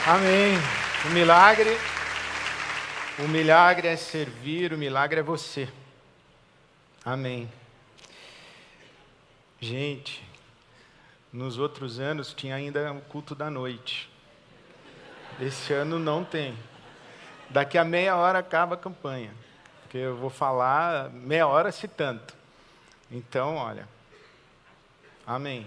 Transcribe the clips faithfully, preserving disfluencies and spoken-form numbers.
Amém. O milagre, o milagre é servir, o milagre é você. Amém. Gente, nos outros anos tinha ainda o culto da noite. Esse ano não tem. Daqui a meia hora acaba a campanha, porque eu vou falar meia hora se tanto. Então, olha, amém.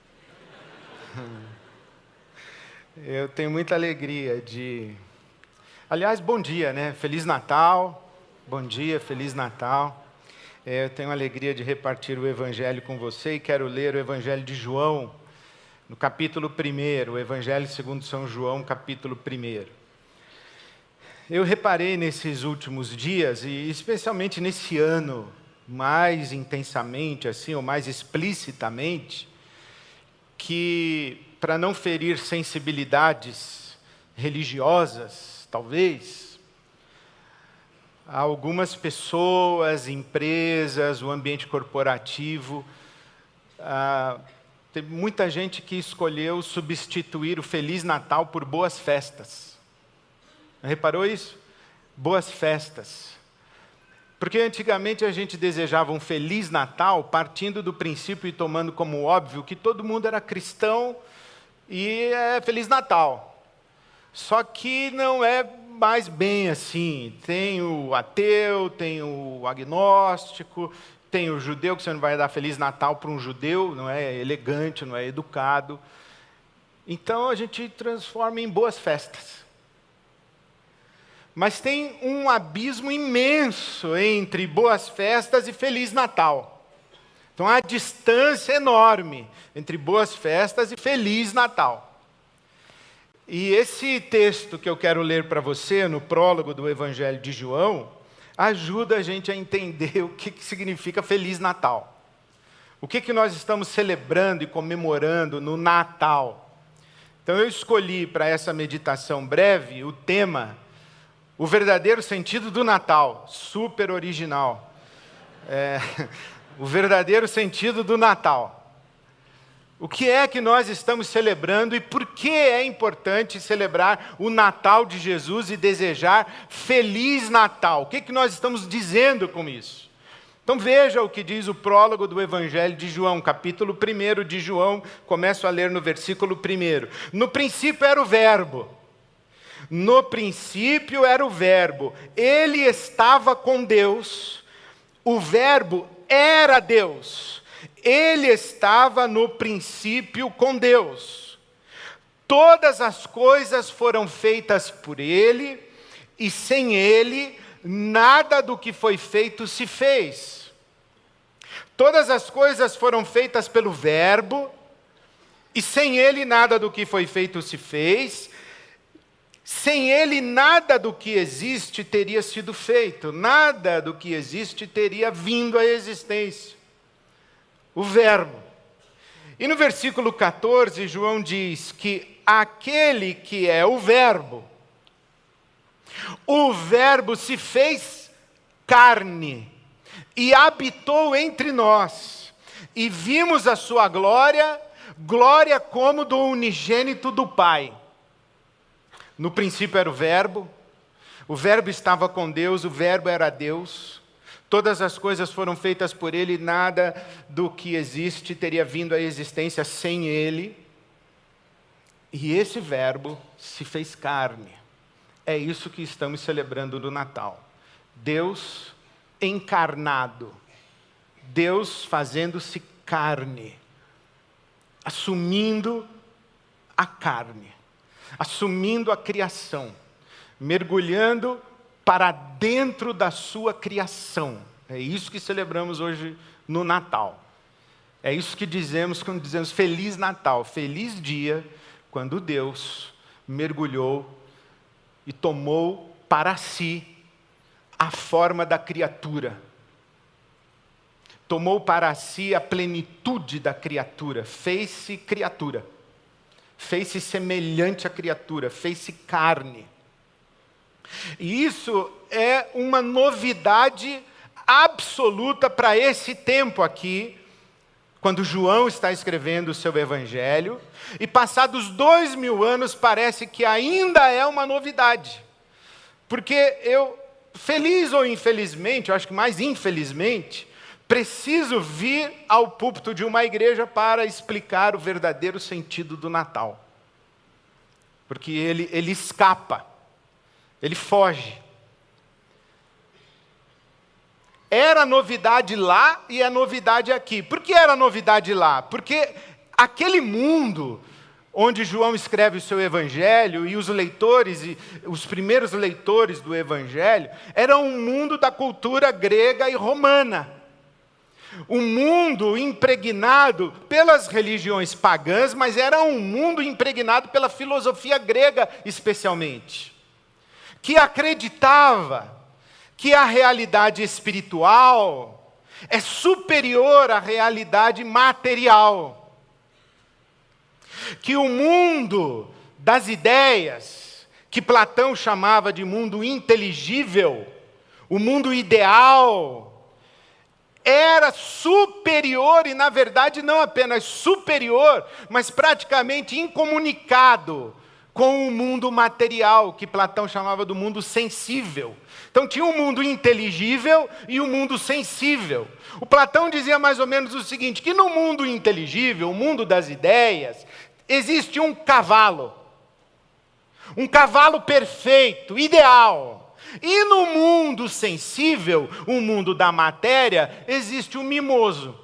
Eu tenho muita alegria de... Aliás, bom dia, né? Feliz Natal. Bom dia, Feliz Natal. Eu tenho a alegria de repartir o Evangelho com você e quero ler o Evangelho de João, no capítulo primeiro, o Evangelho segundo São João, capítulo primeiro. Eu reparei nesses últimos dias, e especialmente nesse ano, mais intensamente, assim, ou mais explicitamente, que, para não ferir sensibilidades religiosas, talvez, algumas pessoas, empresas, o ambiente corporativo, ah, tem muita gente que escolheu substituir o Feliz Natal por boas festas. Reparou isso? Boas festas. Porque antigamente a gente desejava um Feliz Natal partindo do princípio e tomando como óbvio que todo mundo era cristão e é Feliz Natal. Só que não é mais bem assim. Tem o ateu, tem o agnóstico, tem o judeu, que você não vai dar Feliz Natal para um judeu, não é elegante, não é educado. Então a gente transforma em boas festas. Mas tem um abismo imenso entre boas festas e Feliz Natal. Então há distância enorme entre boas festas e Feliz Natal. E esse texto que eu quero ler para você, no prólogo do Evangelho de João, ajuda a gente a entender o que significa Feliz Natal. O que, que nós estamos celebrando e comemorando no Natal. Então eu escolhi para essa meditação breve o tema... O verdadeiro sentido do Natal, super original. É, o verdadeiro sentido do Natal. O que é que nós estamos celebrando e por que é importante celebrar o Natal de Jesus e desejar Feliz Natal? O que é que nós estamos dizendo com isso? Então veja o que diz o prólogo do Evangelho de João, capítulo primeiro de João, começo a ler no versículo primeiro. No princípio era o Verbo. No princípio era o Verbo, ele estava com Deus, o Verbo era Deus, ele estava no princípio com Deus. Todas as coisas foram feitas por ele, e sem ele, nada do que foi feito se fez. Todas as coisas foram feitas pelo Verbo, e sem ele, nada do que foi feito se fez. Sem ele, nada do que existe teria sido feito, nada do que existe teria vindo à existência. O Verbo. E no versículo catorze, João diz que aquele que é o Verbo, o Verbo se fez carne e habitou entre nós, e vimos a sua glória, glória como do unigênito do Pai. No princípio era o Verbo, o Verbo estava com Deus, o Verbo era Deus, todas as coisas foram feitas por Ele, nada do que existe teria vindo à existência sem Ele. E esse Verbo se fez carne. É isso que estamos celebrando no Natal. Deus encarnado, Deus fazendo-se carne, assumindo a carne. Assumindo a criação, mergulhando para dentro da sua criação. É isso que celebramos hoje no Natal. É isso que dizemos quando dizemos Feliz Natal, feliz dia, quando Deus mergulhou e tomou para si a forma da criatura. Tomou para si a plenitude da criatura, fez-se criatura. Fez-se semelhante à criatura, fez-se carne. E isso é uma novidade absoluta para esse tempo aqui, quando João está escrevendo o seu evangelho, e passados dois mil anos parece que ainda é uma novidade. Porque eu, feliz ou infelizmente, eu acho que mais infelizmente, preciso vir ao púlpito de uma igreja para explicar o verdadeiro sentido do Natal. Porque ele, ele escapa, ele foge. Era novidade lá e é novidade aqui. Por que era novidade lá? Porque aquele mundo onde João escreve o seu evangelho, e os leitores, e os primeiros leitores do evangelho, era um mundo da cultura grega e romana. Um mundo impregnado pelas religiões pagãs, mas era um mundo impregnado pela filosofia grega especialmente, que acreditava que a realidade espiritual é superior à realidade material. Que o mundo das ideias, que Platão chamava de mundo inteligível, o mundo ideal, era superior, e na verdade não apenas superior, mas praticamente incomunicado com o mundo material, que Platão chamava do mundo sensível. Então tinha um mundo inteligível e um mundo sensível. O Platão dizia mais ou menos o seguinte, que no mundo inteligível, o mundo das ideias, existe um cavalo. Um cavalo perfeito, ideal. E no mundo sensível, o mundo da matéria, existe um mimoso.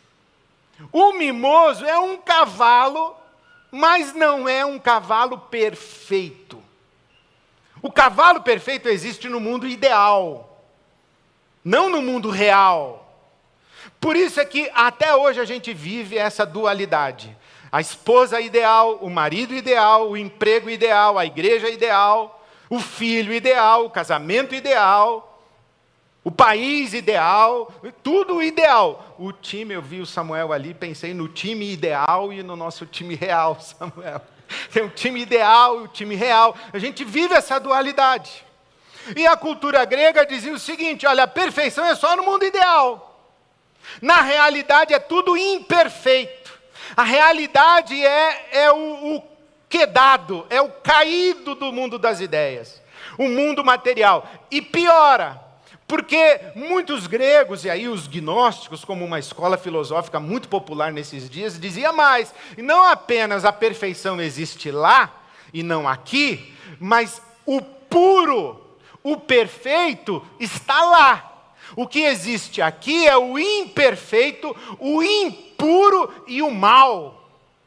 O mimoso é um cavalo, mas não é um cavalo perfeito. O cavalo perfeito existe no mundo ideal, não no mundo real. Por isso é que até hoje a gente vive essa dualidade. A esposa ideal, o marido ideal, o emprego ideal, a igreja ideal, o filho ideal, o casamento ideal, o país ideal, tudo ideal. O time, eu vi o Samuel ali, pensei no time ideal e no nosso time real, Samuel. Tem um time ideal e o time real. A gente vive essa dualidade. E a cultura grega dizia o seguinte, olha, a perfeição é só no mundo ideal. Na realidade é tudo imperfeito. A realidade é, é o, o quedado, é o caído do mundo das ideias. O mundo material. E piora. Porque muitos gregos, e aí os gnósticos, como uma escola filosófica muito popular nesses dias, dizia mais, não apenas a perfeição existe lá, e não aqui, mas o puro, o perfeito está lá. O que existe aqui é o imperfeito, o impuro e o mal.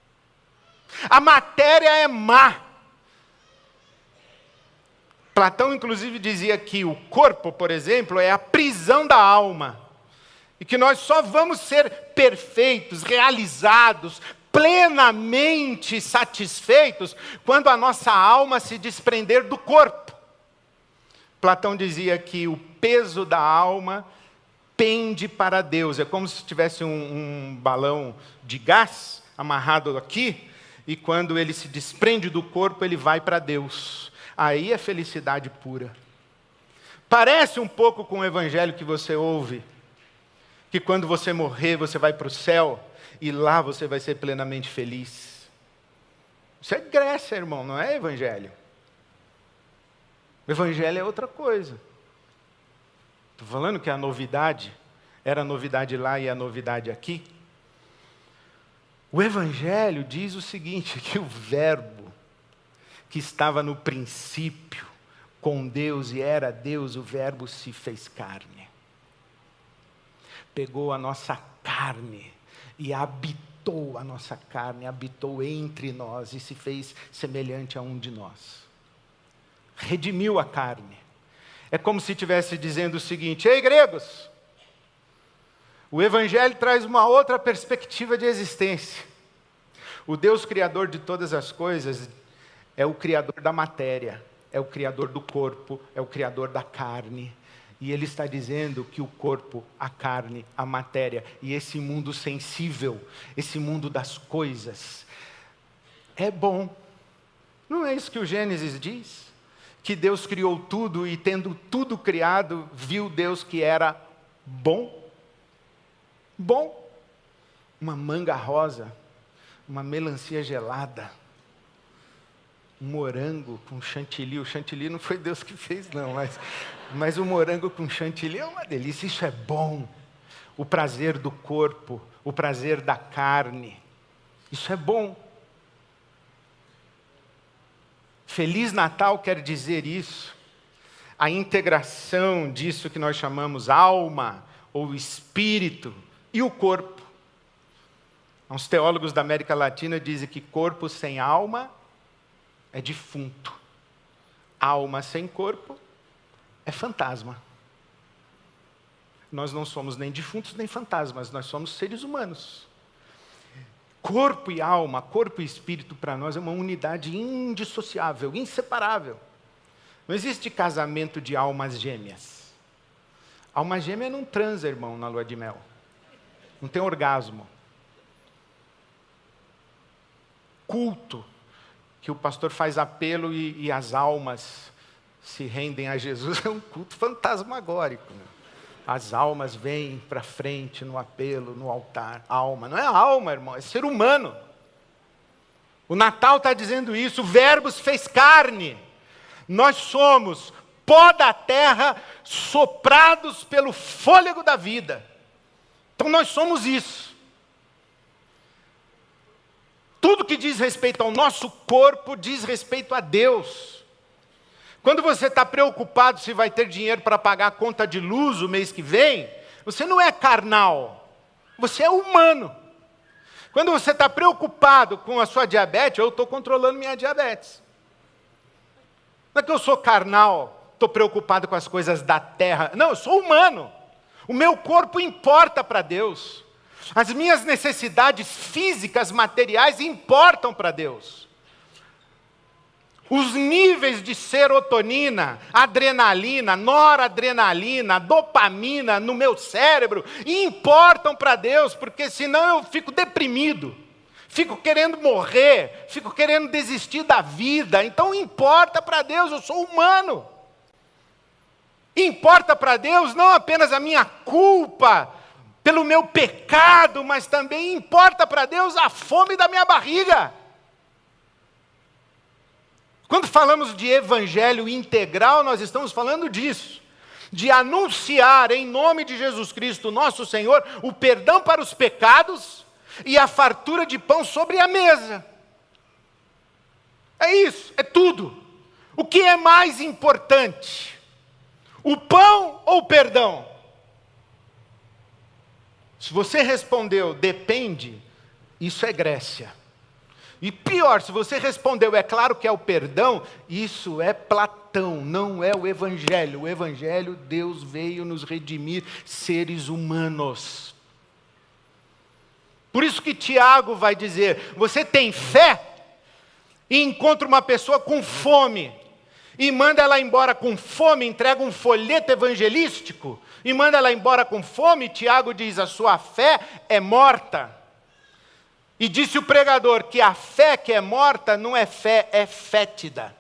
A matéria é má. Platão, inclusive, dizia que o corpo, por exemplo, é a prisão da alma. E que nós só vamos ser perfeitos, realizados, plenamente satisfeitos, quando a nossa alma se desprender do corpo. Platão dizia que o peso da alma pende para Deus. É como se tivesse um, um balão de gás amarrado aqui, e quando ele se desprende do corpo, ele vai para Deus. Aí é felicidade pura. Parece um pouco com o evangelho que você ouve, que quando você morrer, você vai para o céu, e lá você vai ser plenamente feliz. Isso é Grécia, irmão, não é evangelho. O evangelho é outra coisa. Estou falando que a novidade era a novidade lá e a novidade aqui. O evangelho diz o seguinte, que o verbo que estava no princípio com Deus e era Deus, o verbo se fez carne. Pegou a nossa carne e habitou a nossa carne, habitou entre nós e se fez semelhante a um de nós. Redimiu a carne. É como se estivesse dizendo o seguinte, ei gregos, o evangelho traz uma outra perspectiva de existência. O Deus criador de todas as coisas é o criador da matéria, é o criador do corpo, é o criador da carne. E ele está dizendo que o corpo, a carne, a matéria e esse mundo sensível, esse mundo das coisas, é bom. Não é isso que o Gênesis diz? Que Deus criou tudo e tendo tudo criado, viu Deus que era bom? Bom. uma manga rosa, uma melancia gelada, um morango com chantilly. O chantilly não foi Deus que fez, não, mas, mas o morango com chantilly é uma delícia, isso é bom. O prazer do corpo, o prazer da carne, isso é bom. Feliz Natal quer dizer isso, a integração disso que nós chamamos alma, ou espírito, e o corpo. Uns teólogos da América Latina dizem que corpo sem alma é defunto. Alma sem corpo é fantasma. Nós não somos nem defuntos nem fantasmas, nós somos seres humanos. Corpo e alma, corpo e espírito para nós é uma unidade indissociável, inseparável. Não existe casamento de almas gêmeas. Alma gêmea não transa, irmão, na lua de mel. Não tem orgasmo. Culto, que o pastor faz apelo e, e as almas se rendem a Jesus, é um culto fantasmagórico. Né? As almas vêm para frente no apelo, no altar. Alma, não é alma, irmão, é ser humano. O Natal está dizendo isso, o Verbo se fez carne. Nós somos pó da terra, soprados pelo fôlego da vida. Então nós somos isso. Tudo que diz respeito ao nosso corpo, diz respeito a Deus. Quando você está preocupado se vai ter dinheiro para pagar a conta de luz o mês que vem, você não é carnal, você é humano. Quando você está preocupado com a sua diabetes, eu estou controlando minha diabetes. Não é que eu sou carnal, estou preocupado com as coisas da terra. Não, eu sou humano. O meu corpo importa para Deus. As minhas necessidades físicas, materiais, importam para Deus. Os níveis de serotonina, adrenalina, noradrenalina, dopamina no meu cérebro importam para Deus, porque senão eu fico deprimido, fico querendo morrer, fico querendo desistir da vida. Então importa para Deus, eu sou humano. Importa para Deus não apenas a minha culpa pelo meu pecado, mas também importa para Deus a fome da minha barriga. Quando falamos de evangelho integral, nós estamos falando disso, de anunciar em nome de Jesus Cristo, nosso Senhor, o perdão para os pecados e a fartura de pão sobre a mesa. É isso, é tudo. O que é mais importante? O pão ou o perdão? Se você respondeu, depende, isso é Grécia. E pior, se você respondeu, é claro que é o perdão, isso é Platão, não é o Evangelho. O Evangelho, Deus veio nos redimir seres humanos. Por isso que Tiago vai dizer, você tem fé e encontra uma pessoa com fome, e manda ela embora com fome, entrega um folheto evangelístico, e manda ela embora com fome, Tiago diz, a sua fé é morta. E disse o pregador que a fé que é morta não é fé, é fétida.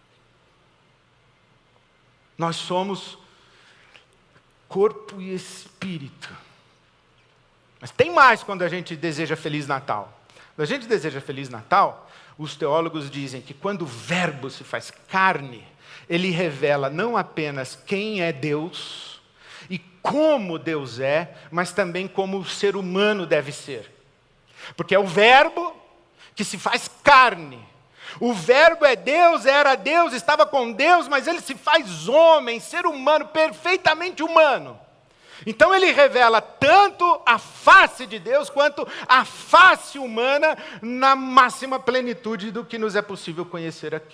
Nós somos corpo e espírito. Mas tem mais quando a gente deseja Feliz Natal. Quando a gente deseja Feliz Natal, os teólogos dizem que quando o Verbo se faz carne, ele revela não apenas quem é Deus e como Deus é, mas também como o ser humano deve ser. Porque é o Verbo que se faz carne. O Verbo é Deus, era Deus, estava com Deus, mas ele se faz homem, ser humano, perfeitamente humano. Então ele revela tanto a face de Deus, quanto a face humana, na máxima plenitude do que nos é possível conhecer aqui.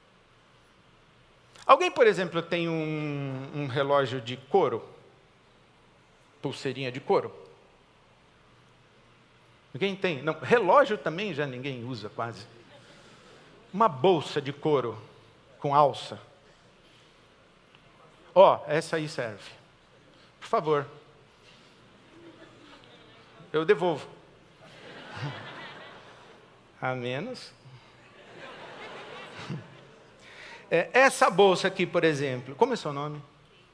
Alguém, por exemplo, tem um, um relógio de couro? Pulseirinha de couro? Ninguém tem? Não, relógio também já ninguém usa quase. Uma bolsa de couro com alça. Ó, oh, essa aí serve. Por favor. Eu devolvo. A menos. É, essa bolsa aqui, por exemplo. Como é seu nome?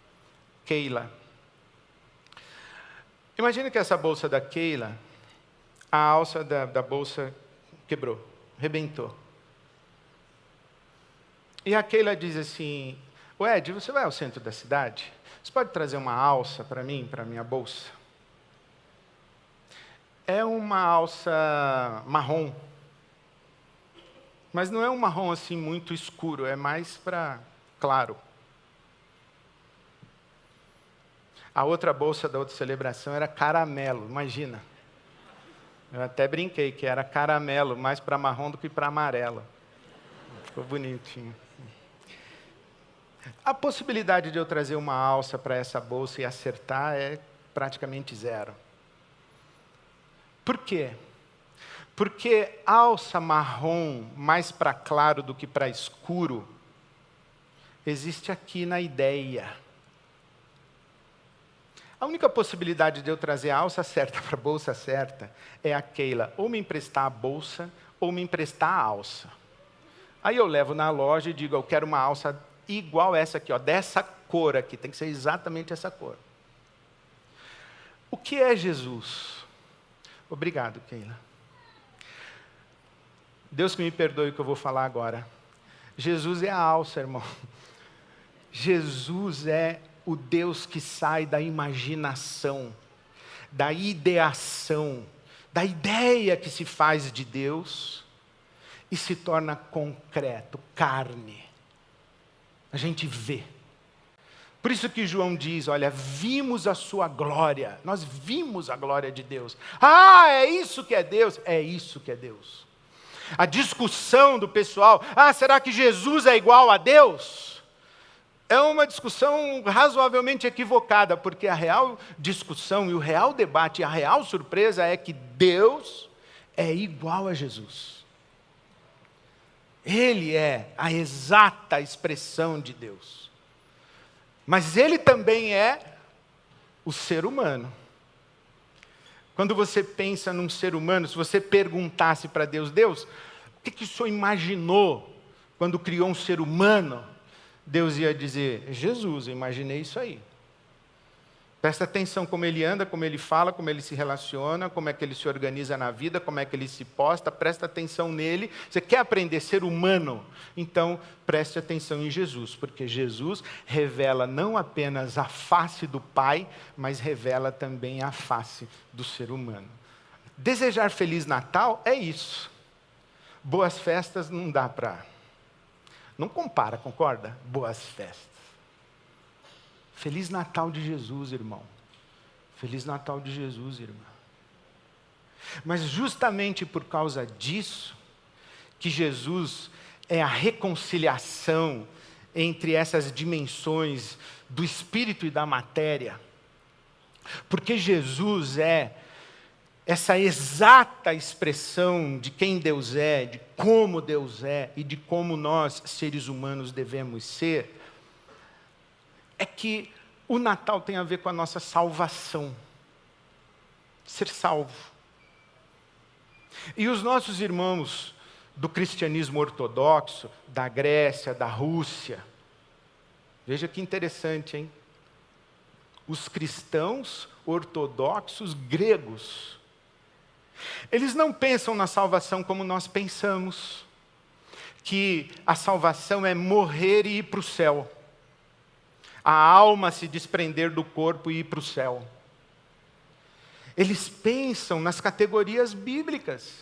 Keila. Imagina que essa bolsa da Keila a alça da, da bolsa quebrou, rebentou. E a Keila diz assim, ô Ed, você vai ao centro da cidade? Você pode trazer uma alça para mim, para minha bolsa? É uma alça marrom. Mas não é um marrom assim muito escuro, é mais para claro. A outra bolsa da outra celebração era caramelo, imagina. Eu até brinquei que era caramelo, mais para marrom do que para amarelo. Ficou bonitinho. A possibilidade de eu trazer uma alça para essa bolsa e acertar é praticamente zero. Por quê? Porque alça marrom mais para claro do que para escuro existe aqui na ideia. A única possibilidade de eu trazer a alça certa para a bolsa certa é a Keila ou me emprestar a bolsa ou me emprestar a alça. Aí eu levo na loja e digo, eu quero uma alça igual essa aqui, ó, dessa cor aqui, tem que ser exatamente essa cor. O que é Jesus? Obrigado, Keila. Deus que me perdoe o que eu vou falar agora. Jesus é a alça, irmão. Jesus é o Deus que sai da imaginação, da ideação, da ideia que se faz de Deus e se torna concreto, carne. A gente vê. Por isso que João diz, olha, vimos a sua glória, nós vimos a glória de Deus. Ah, é isso que é Deus? É isso que é Deus. A discussão do pessoal, ah, será que Jesus é igual a Deus? É uma discussão razoavelmente equivocada, porque a real discussão e o real debate, a real surpresa é que Deus é igual a Jesus. Ele é a exata expressão de Deus. Mas ele também é o ser humano. Quando você pensa num ser humano, se você perguntasse para Deus, Deus, o que, que o Senhor imaginou quando criou um ser humano? Deus ia dizer, Jesus, eu imaginei isso aí. Presta atenção como ele anda, como ele fala, como ele se relaciona, como é que ele se organiza na vida, como é que ele se posta, presta atenção nele. Você quer aprender a ser humano? Então, preste atenção em Jesus, porque Jesus revela não apenas a face do Pai, mas revela também a face do ser humano. Desejar Feliz Natal é isso. Boas festas não dá para... Não compara, concorda? Boas festas. Feliz Natal de Jesus, irmão. Feliz Natal de Jesus, irmã. Mas justamente por causa disso, que Jesus é a reconciliação entre essas dimensões do espírito e da matéria. Porque Jesus é essa exata expressão de quem Deus é, de como Deus é e de como nós, seres humanos, devemos ser, é que o Natal tem a ver com a nossa salvação. Ser salvo. E os nossos irmãos do cristianismo ortodoxo, da Grécia, da Rússia, veja que interessante, hein? Os cristãos ortodoxos gregos, eles não pensam na salvação como nós pensamos, que a salvação é morrer e ir para o céu. A alma se desprender do corpo e ir para o céu. Eles pensam nas categorias bíblicas,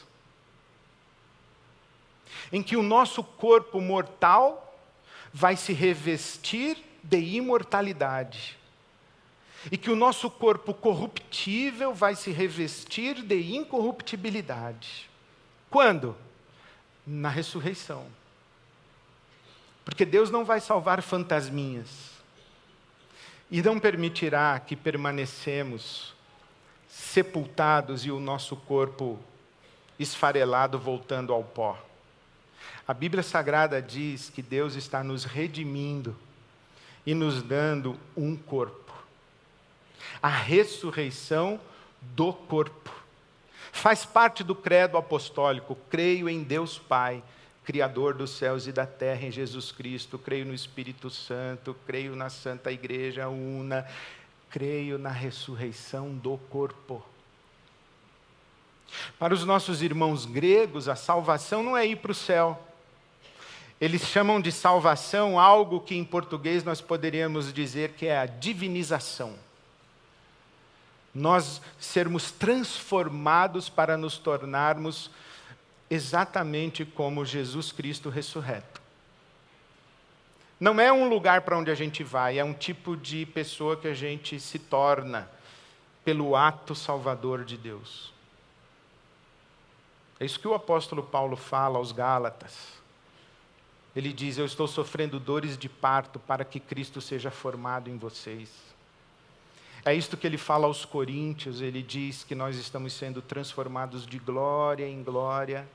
em que o nosso corpo mortal vai se revestir de imortalidade, e que o nosso corpo corruptível vai se revestir de incorruptibilidade. Quando? Na ressurreição. Porque Deus não vai salvar fantasminhas. E não permitirá que permanecemos sepultados e o nosso corpo esfarelado voltando ao pó. A Bíblia Sagrada diz que Deus está nos redimindo e nos dando um corpo. A ressurreição do corpo. Faz parte do credo apostólico. Creio em Deus Pai, Criador dos céus e da terra, em Jesus Cristo. Creio no Espírito Santo. Creio na Santa Igreja Una. Creio na ressurreição do corpo. Para os nossos irmãos gregos, a salvação não é ir para o céu. Eles chamam de salvação algo que em português nós poderíamos dizer que é a divinização. Nós sermos transformados para nos tornarmos exatamente como Jesus Cristo ressurreto. Não é um lugar para onde a gente vai, é um tipo de pessoa que a gente se torna pelo ato salvador de Deus. É isso que o apóstolo Paulo fala aos Gálatas. Ele diz: eu estou sofrendo dores de parto para que Cristo seja formado em vocês. É isto que ele fala aos Coríntios. Ele diz que nós estamos sendo transformados de glória em glória,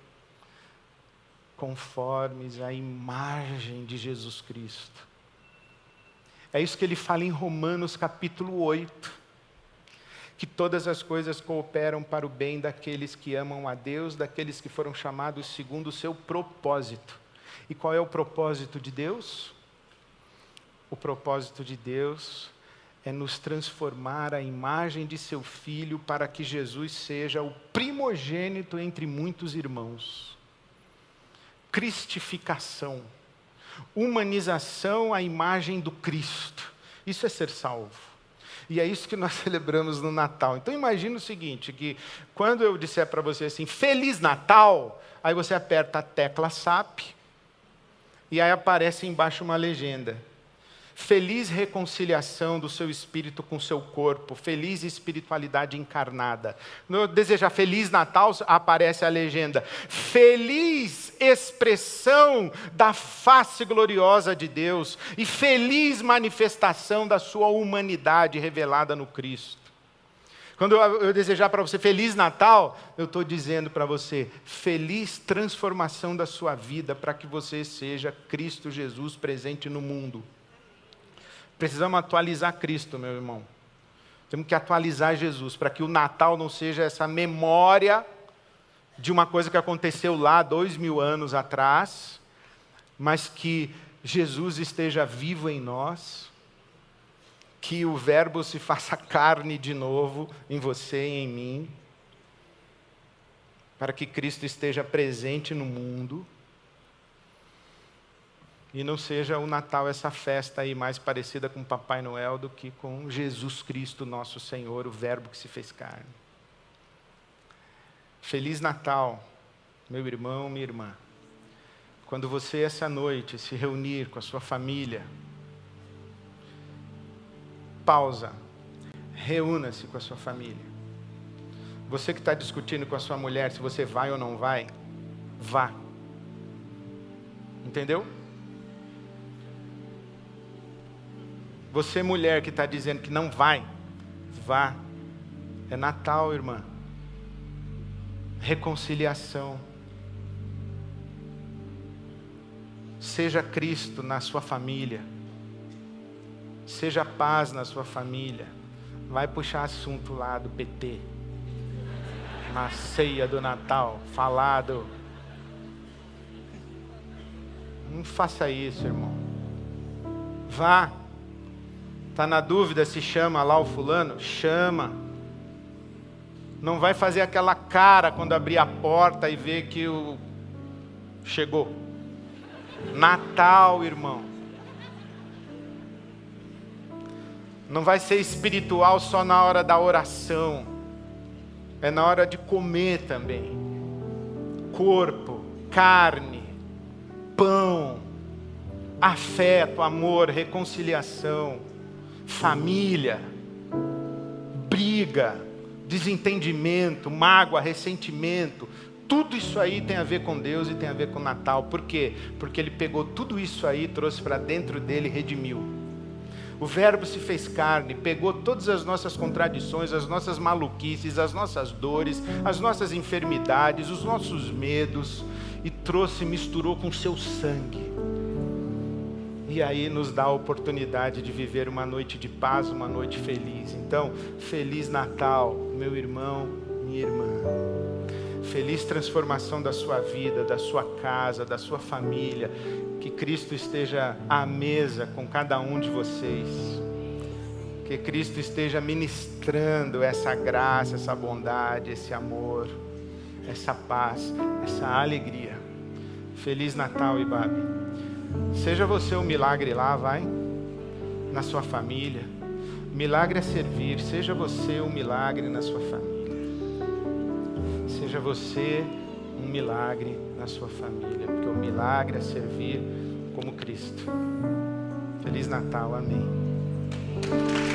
conformes à imagem de Jesus Cristo. É isso que ele fala em Romanos capítulo oito, que todas as coisas cooperam para o bem daqueles que amam a Deus, daqueles que foram chamados segundo o seu propósito. E qual é o propósito de Deus? O propósito de Deus é nos transformar à imagem de seu Filho, para que Jesus seja o primogênito entre muitos irmãos. Cristificação, humanização à imagem do Cristo. Isso é ser salvo. E é isso que nós celebramos no Natal. Então imagina o seguinte, que quando eu disser para você assim, Feliz Natal, aí você aperta a tecla S A P, e aí aparece embaixo uma legenda: feliz reconciliação do seu espírito com o seu corpo, feliz espiritualidade encarnada. No desejar Feliz Natal, aparece a legenda: feliz expressão da face gloriosa de Deus e feliz manifestação da sua humanidade revelada no Cristo. Quando eu, eu desejar para você Feliz Natal, eu estou dizendo para você, feliz transformação da sua vida, para que você seja Cristo Jesus presente no mundo. Precisamos atualizar Cristo, meu irmão. Temos que atualizar Jesus, para que o Natal não seja essa memória de uma coisa que aconteceu lá dois mil anos atrás, mas que Jesus esteja vivo em nós, que o Verbo se faça carne de novo em você e em mim, para que Cristo esteja presente no mundo, e não seja o Natal essa festa aí mais parecida com Papai Noel do que com Jesus Cristo, nosso Senhor, o Verbo que se fez carne. Feliz Natal, meu irmão, minha irmã. Quando você essa noite se reunir com a sua família, pausa, reúna-se com a sua família. Você que está discutindo com a sua mulher se você vai ou não vai, vá. Entendeu? Você, mulher, que está dizendo que não vai, vá. É Natal, irmã. Reconciliação. Seja Cristo na sua família. Seja paz na sua família. Vai puxar assunto lá do P T. Na ceia do Natal, falado. Não faça isso, irmão. Vá. Está na dúvida se chama lá o fulano? Chama. Não vai fazer aquela cara quando abrir a porta e ver que o... chegou. Natal, irmão. Não vai ser espiritual só na hora da oração. É na hora de comer também. Corpo, carne, pão, afeto, amor, reconciliação, família, briga, desentendimento, mágoa, ressentimento. Tudo isso aí tem a ver com Deus e tem a ver com o Natal. Por quê? Porque Ele pegou tudo isso aí, trouxe para dentro dele e redimiu. O Verbo se fez carne, pegou todas as nossas contradições, as nossas maluquices, as nossas dores, as nossas enfermidades, os nossos medos, e trouxe e misturou com o seu sangue. E aí nos dá a oportunidade de viver uma noite de paz, uma noite feliz. Então, Feliz Natal, meu irmão, minha irmã. Feliz transformação da sua vida, da sua casa, da sua família. Que Cristo esteja à mesa com cada um de vocês. Que Cristo esteja ministrando essa graça, essa bondade, esse amor. essa paz, essa alegria. Feliz Natal, Ibabe. Seja você o milagre lá, vai, na sua família. Milagre é servir, seja você um milagre na sua família. Seja você um milagre na sua família, porque o milagre é servir como Cristo. Feliz Natal, amém.